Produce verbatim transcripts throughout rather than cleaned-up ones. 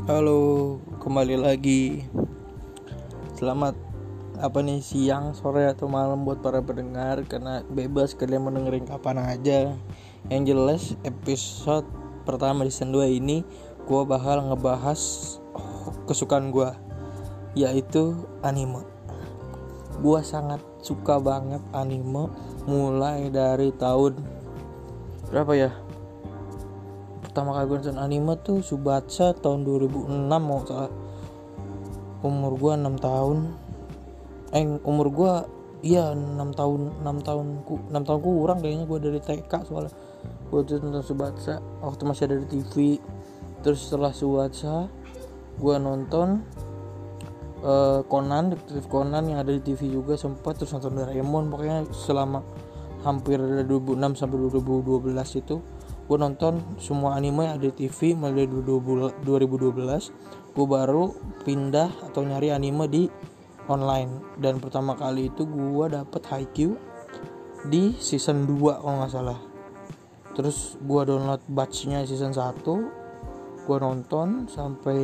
Halo, kembali lagi. Selamat apa nih siang, sore atau malam buat para pendengar, karena bebas kalian mau dengerin kapan aja. Yang jelas episode pertama di season dua ini gue bakal ngebahas kesukaan gue, yaitu anime. Gue sangat suka banget anime mulai dari tahun berapa ya? Pertama kali gue nonton anime tuh Tsubasa tahun dua ribu enam mau salah. Umur gue enam tahun. Eh umur gue iya enam tahun, enam tahun enam tahun kurang kayaknya gue dari T K, soalnya gue tuh nonton Tsubasa waktu masih ada di T V. Terus setelah Tsubasa gue nonton uh, Conan, Detektif Conan yang ada di T V juga sempat, terus nonton Doraemon. Pokoknya selama hampir dari dua ribu enam sampai dua ribu dua belas itu gue nonton semua anime yang ada di T V. Mulai dari dua ribu dua belas gue baru pindah atau nyari anime di online, dan pertama kali itu gue dapet Haikyuu di season dua kalau gak salah. Terus gue download batchnya season satu, gue nonton sampai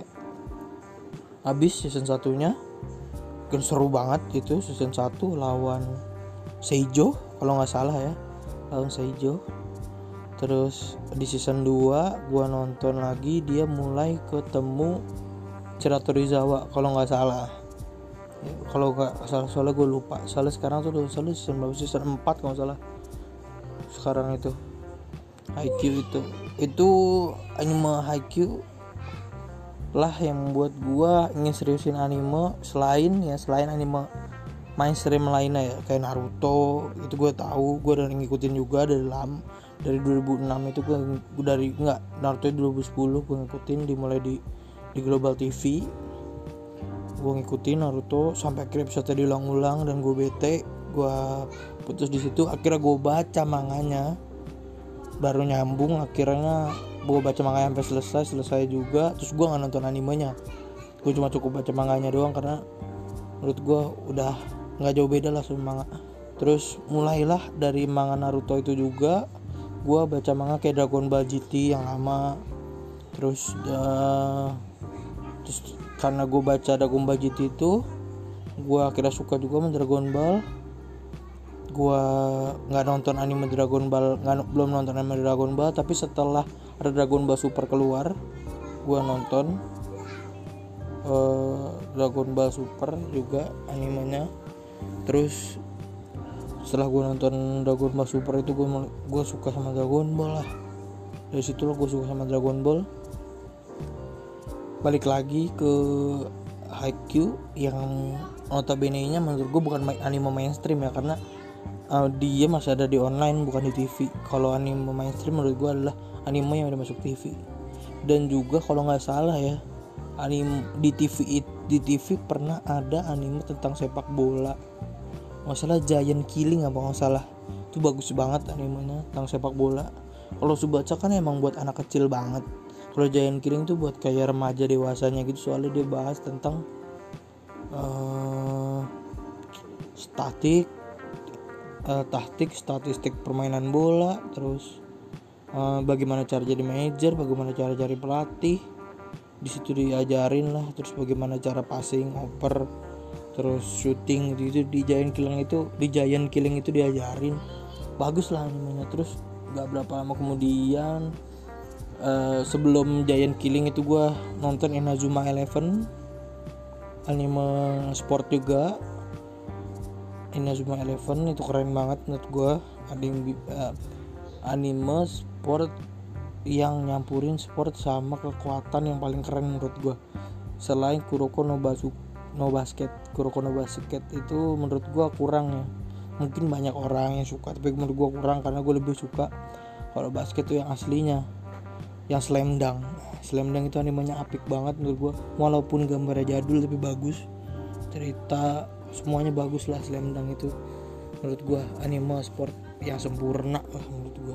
habis season satunya. Kan seru banget itu season satu, lawan Seijo kalau gak salah ya, lawan Seijo. Terus di season dua gue nonton lagi, dia mulai ketemu Chiratorizawa kalau nggak salah ya, kalau nggak salah soalnya gue lupa, soalnya sekarang tuh udah soalnya season berapa, season empat kalau nggak salah sekarang. Itu Haikyuu itu itu anime Haikyuu lah yang membuat gue ingin seriusin anime. Selain ya selain anime mainstream lainnya ya kayak Naruto, itu gue tahu, gue udah ngikutin juga dari lama, dari dua ribu enam itu gue, gue dari enggak Naruto dua ribu sepuluh gue ngikutin, dimulai di di Global T V. Gue ngikutin Naruto sampai akhirnya episode diulang-ulang dan gue bete, gue putus di situ. Akhirnya gue baca manganya, baru nyambung. Akhirnya gue baca manganya sampai selesai selesai juga. Terus gue nggak nonton animenya, gue cuma cukup baca manganya doang karena menurut gue udah nggak jauh beda lah sama manga. Terus mulailah dari manga Naruto itu juga gue baca manga kayak Dragon Ball G T yang lama. Terus uh, terus karena gue baca Dragon Ball G T itu, gue akhirnya suka juga sama Dragon Ball. Gue nggak nonton anime Dragon Ball, nggak, belum nonton anime Dragon Ball, tapi setelah ada Dragon Ball Super keluar, gue nonton uh, Dragon Ball Super juga animenya. Terus setelah gue nonton Dragon Ball Super itu gue gue suka sama Dragon Ball lah. Dari situ lah gue suka sama Dragon Ball. Balik lagi ke Haikyuu yang notabene-nya menurut gue bukan anime mainstream ya, karena uh, dia masih ada di online bukan di T V. Kalau anime mainstream menurut gue adalah anime yang udah masuk T V. Dan juga kalau nggak salah ya, anime di T V di T V pernah ada anime tentang sepak bola, nggak salah Giant Killing apa nggak salah. Itu bagus banget animenya tentang sepak bola. Kalau Tsubasa kan emang buat anak kecil banget. Kalau Giant Killing tuh buat kayak remaja dewasanya gitu, soalnya dia bahas tentang uh, statik, uh, taktik, statistik permainan bola. Terus uh, bagaimana cara jadi manajer, bagaimana cara cari pelatih. Di situ diajarin lah. Terus bagaimana cara passing, oper, terus shooting gitu di Giant Killing itu, di Giant Killing itu diajarin. Bagus lah animenya. Terus nggak berapa lama kemudian, Uh, sebelum Giant Killing itu gue nonton Inazuma Eleven, anime sport juga. Inazuma Eleven itu keren banget menurut gue. Anime, uh, anime sport yang nyampurin sport sama kekuatan yang paling keren menurut gue. Selain Kuroko no, Basu, no Basket, Kuroko no Basket itu menurut gue kurang ya. Mungkin banyak orang yang suka, tapi menurut gue kurang karena gue lebih suka kalau basket tuh yang aslinya, yang Slam Dunk. Slam Dunk itu animenya apik banget menurut gue, walaupun gambarnya jadul tapi bagus, cerita semuanya bagus lah. Slam Dunk itu menurut gue anime sport yang sempurna lah menurut gue.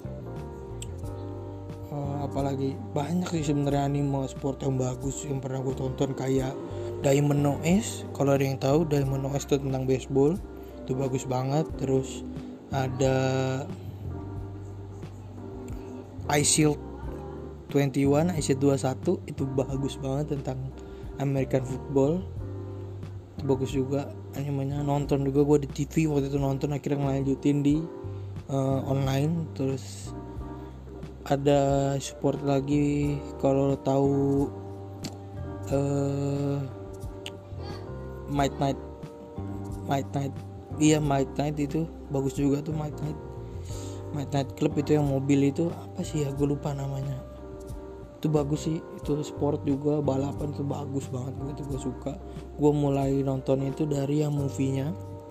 Uh, apalagi banyak sih sebenarnya anime sport yang bagus yang pernah gue tonton, kayak Diamond no Ace. Kalau ada yang tahu, Diamond no Ace itu tentang baseball, itu bagus banget. Terus ada Ice Shield dua puluh satu episode dua puluh satu itu bagus banget tentang American football. Itu bagus juga animenya, nonton juga gue di T V waktu itu, nonton akhirnya ngelanjutin di uh, online. Terus ada support lagi kalau tahu uh, Might Night Might Night iya Might Night itu bagus juga tuh. Might Night Might Night Club itu yang mobil itu apa sih ya, gue lupa namanya. Itu bagus sih, itu sport juga, balapan itu bagus banget, gue itu gue suka. Gue mulai nonton itu dari yang movie-nya,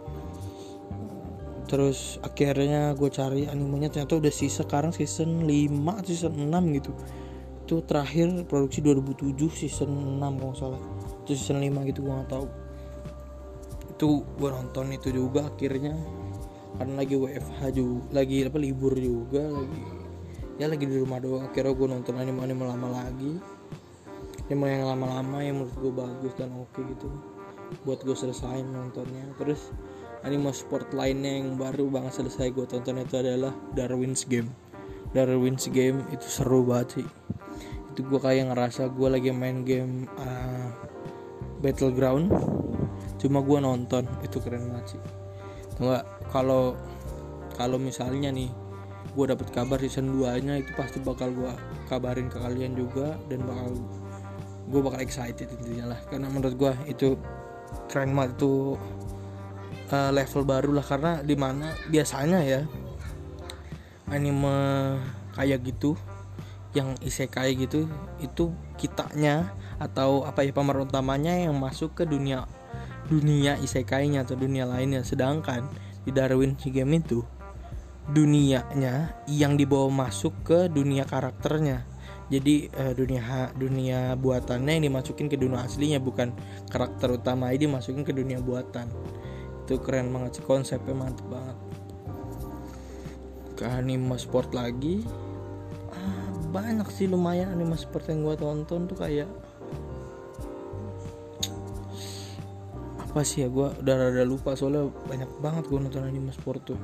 terus akhirnya gue cari animenya, ternyata udah sisa sekarang season lima atau season enam gitu. Itu terakhir produksi dua ribu tujuh, season enam kalau nggak salah, itu season lima gitu, gue nggak tahu. Itu gue nonton itu juga akhirnya, karena lagi W F H juga, lagi apa libur juga, lagi ya lagi di rumah doang. Akhirnya gue nonton anime-anime lama lagi, anime yang lama-lama yang menurut gue bagus dan oke gitu, buat gue selesain nontonnya. Terus anime sport lainnya yang baru banget selesai gue tonton itu adalah Darwin's Game. Darwin's Game itu seru banget sih. Itu gue kayak ngerasa gue lagi main game uh, Battleground, cuma gue nonton. Itu keren banget sih. Enggak, kalau kalau misalnya nih gue dapet kabar season dua nya, itu pasti bakal gue kabarin ke kalian juga, dan bakal gue bakal excited intinya lah, karena menurut gue itu keren banget. Itu uh, level baru lah, karena dimana biasanya ya anime kayak gitu yang isekai gitu, itu kitanya atau apa ya, pemeran utamanya yang masuk ke dunia dunia isekainya atau dunia lainnya. Sedangkan di Darwin's Game itu dunianya yang dibawa masuk ke dunia karakternya. Jadi eh, dunia dunia buatannya yang dimasukin ke dunia aslinya, bukan karakter utama ini dimasukin ke dunia buatan. Itu keren banget sih, konsepnya mantep banget. Ke anime sport lagi, ah, banyak sih lumayan anime sport yang gue tonton tuh, kayak apa sih ya, gue udah rada lupa soalnya banyak banget gue nonton anime sport tuh.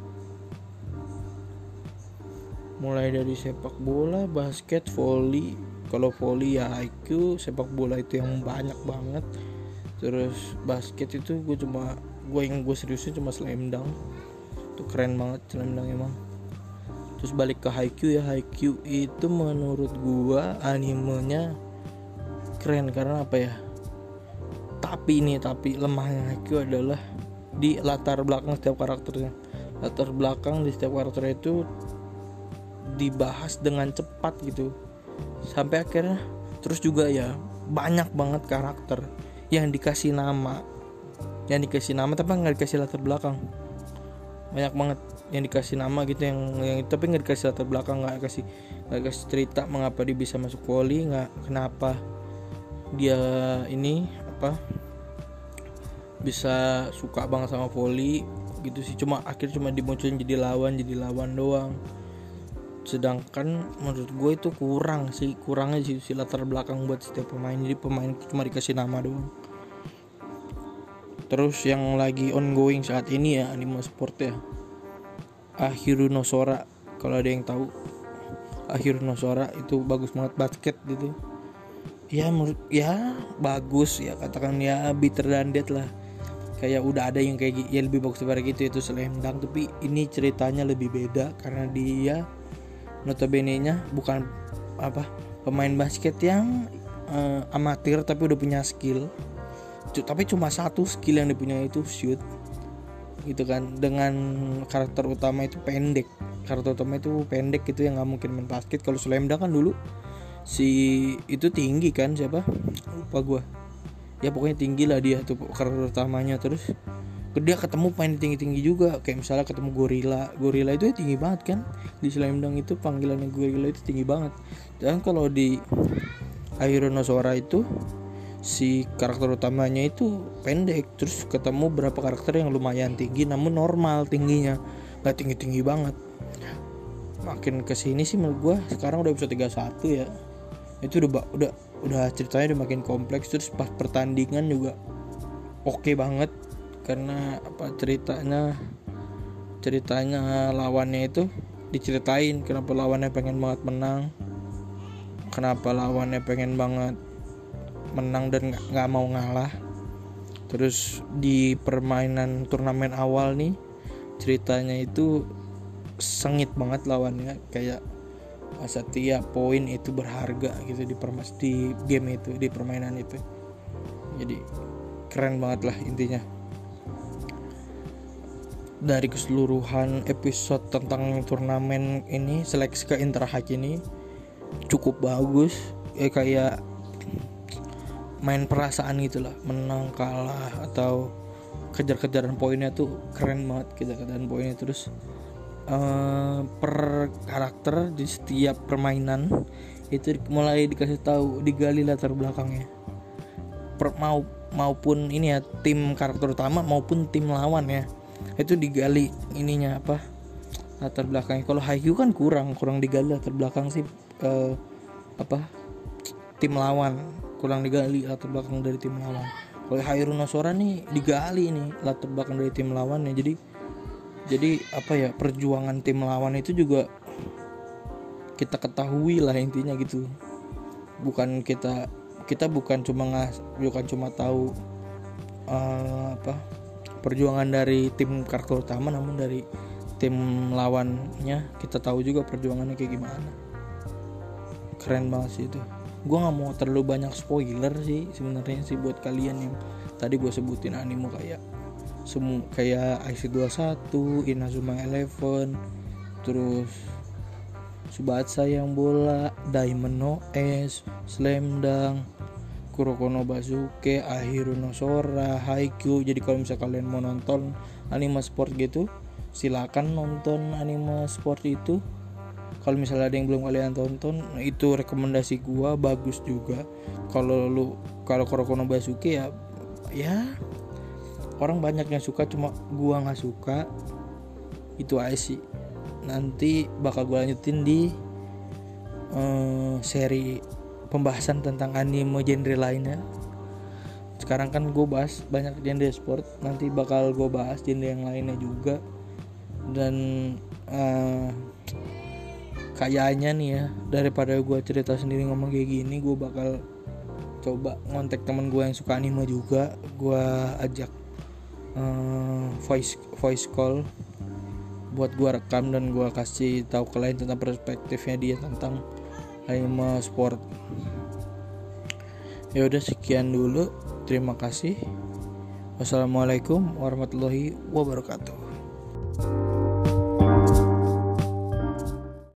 Mulai dari sepak bola, basket, volley. Kalau volley ya I Q, sepak bola itu yang banyak banget. Terus basket itu gue cuma gue yang gue seriusin cuma Slam Dunk. Itu keren banget Slam Dunk emang. Terus balik ke Haikyuu ya, Haikyuu itu menurut gue animenya keren karena apa ya? Tapi ini tapi lemahnya Haikyuu adalah di latar belakang setiap karakternya. Latar belakang di setiap karakter itu dibahas dengan cepat gitu sampai akhirnya. Terus juga ya banyak banget karakter yang dikasih nama yang dikasih nama tapi nggak dikasih latar belakang. Banyak banget yang dikasih nama gitu yang yang tapi nggak dikasih latar belakang, nggak kasih nggak kasih cerita mengapa dia bisa masuk volley, nggak kenapa dia ini apa bisa suka banget sama volley gitu sih. Cuma akhirnya cuma dimunculin jadi lawan jadi lawan doang. Sedangkan menurut gue itu kurang sih, kurangnya sih si latar belakang buat setiap pemain. Jadi pemain cuma dikasih nama doang. Terus yang lagi ongoing saat ini ya anime sport ya, Ahiru no Sora. Kalau ada yang tahu Ahiru no Sora itu bagus banget, basket gitu. Ya menurut ya bagus ya, katakan ya better than that lah. Kayak udah ada yang kayak ya lebih bagus daripada gitu, itu Slam Dunk. Tapi ini ceritanya lebih beda karena dia notabene-nya bukan apa pemain basket yang uh, amatir tapi udah punya skill. C- tapi cuma satu skill yang dia punya, itu shoot gitu kan. Dengan karakter utama itu pendek, karakter utama itu pendek gitu yang nggak mungkin main basket. Kalau Slam Dunk kan dulu si itu tinggi kan, siapa lupa gue ya, pokoknya tinggi lah dia tuh karakter utamanya. Terus dia ketemu pemain tinggi-tinggi juga, kayak misalnya ketemu gorila gorila itu ya tinggi banget kan. Di Slam Dunk itu panggilannya gorila itu tinggi banget. Dan kalau di Ahiru no Sora itu si karakter utamanya itu pendek, terus ketemu berapa karakter yang lumayan tinggi namun normal tingginya, nggak tinggi-tinggi banget. Makin kesini sih menurut gue sekarang udah episode tiga puluh satu ya, itu udah udah udah ceritanya udah makin kompleks. Terus pas pertandingan juga oke okay banget karena apa ceritanya ceritanya lawannya itu diceritain kenapa lawannya pengen banget menang. kenapa lawannya pengen banget menang dan nggak mau ngalah. Terus di permainan turnamen awal nih ceritanya itu sengit banget lawannya, kayak setiap poin itu berharga gitu di permas di game itu, di permainan itu. Jadi keren banget lah intinya. Dari keseluruhan episode tentang turnamen ini, seleksi ke Interhack ini cukup bagus ya, kayak main perasaan gitu lah, menang kalah atau kejar-kejaran poinnya tuh keren banget, kejar-kejaran poinnya. Terus uh, per karakter di setiap permainan itu mulai dikasih tahu, digali latar belakangnya, per, mau maupun ini ya, tim karakter utama maupun tim lawan ya, itu digali ininya apa, latar belakangnya. Kalau Haikyuu kan kurang kurang digali latar belakang sih, uh, apa tim lawan kurang digali latar belakang dari tim lawan. Kalau Hairu no Sora nih digali nih latar belakang dari tim lawan ya. Jadi jadi apa ya, perjuangan tim lawan itu juga kita ketahui lah intinya gitu. Bukan kita kita bukan cuma ngas, bukan cuma tahu uh, apa perjuangan dari tim karakter utama, namun dari tim lawannya kita tahu juga perjuangannya kayak gimana. Keren banget sih itu. Gue nggak mau terlalu banyak spoiler sih sebenarnya sih buat kalian yang tadi gue sebutin anime kayak semu kayak I C dua puluh satu, Inazuma Eleven, terus Tsubasa yang bola, Diamond no S, Slam Dunk, Kuroko no Basuke, Ahiru no Sora, Haikyuu. Jadi kalau misalnya kalian mau nonton anime sport gitu, silakan nonton anime sport itu. Kalau misalnya ada yang belum kalian tonton, itu rekomendasi gua, bagus juga. Kalau lu kalau Kuroko no Basuke ya ya orang banyak yang suka, cuma gua nggak suka. Itu aja sih. Nanti bakal gua lanjutin di uh, seri pembahasan tentang anime genre lainnya. Sekarang kan gue bahas banyak genre sport, nanti bakal gue bahas genre yang lainnya juga. Dan uh, kayaknya nih ya, daripada gue cerita sendiri ngomong kayak gini, gue bakal coba ngontek teman gue yang suka anime juga. Gue ajak uh, voice voice call buat gue rekam dan gue kasih tahu kalian tentang perspektifnya dia tentang anime sport. Ya udah, sekian dulu, terima kasih. Wassalamualaikum warahmatullahi wabarakatuh.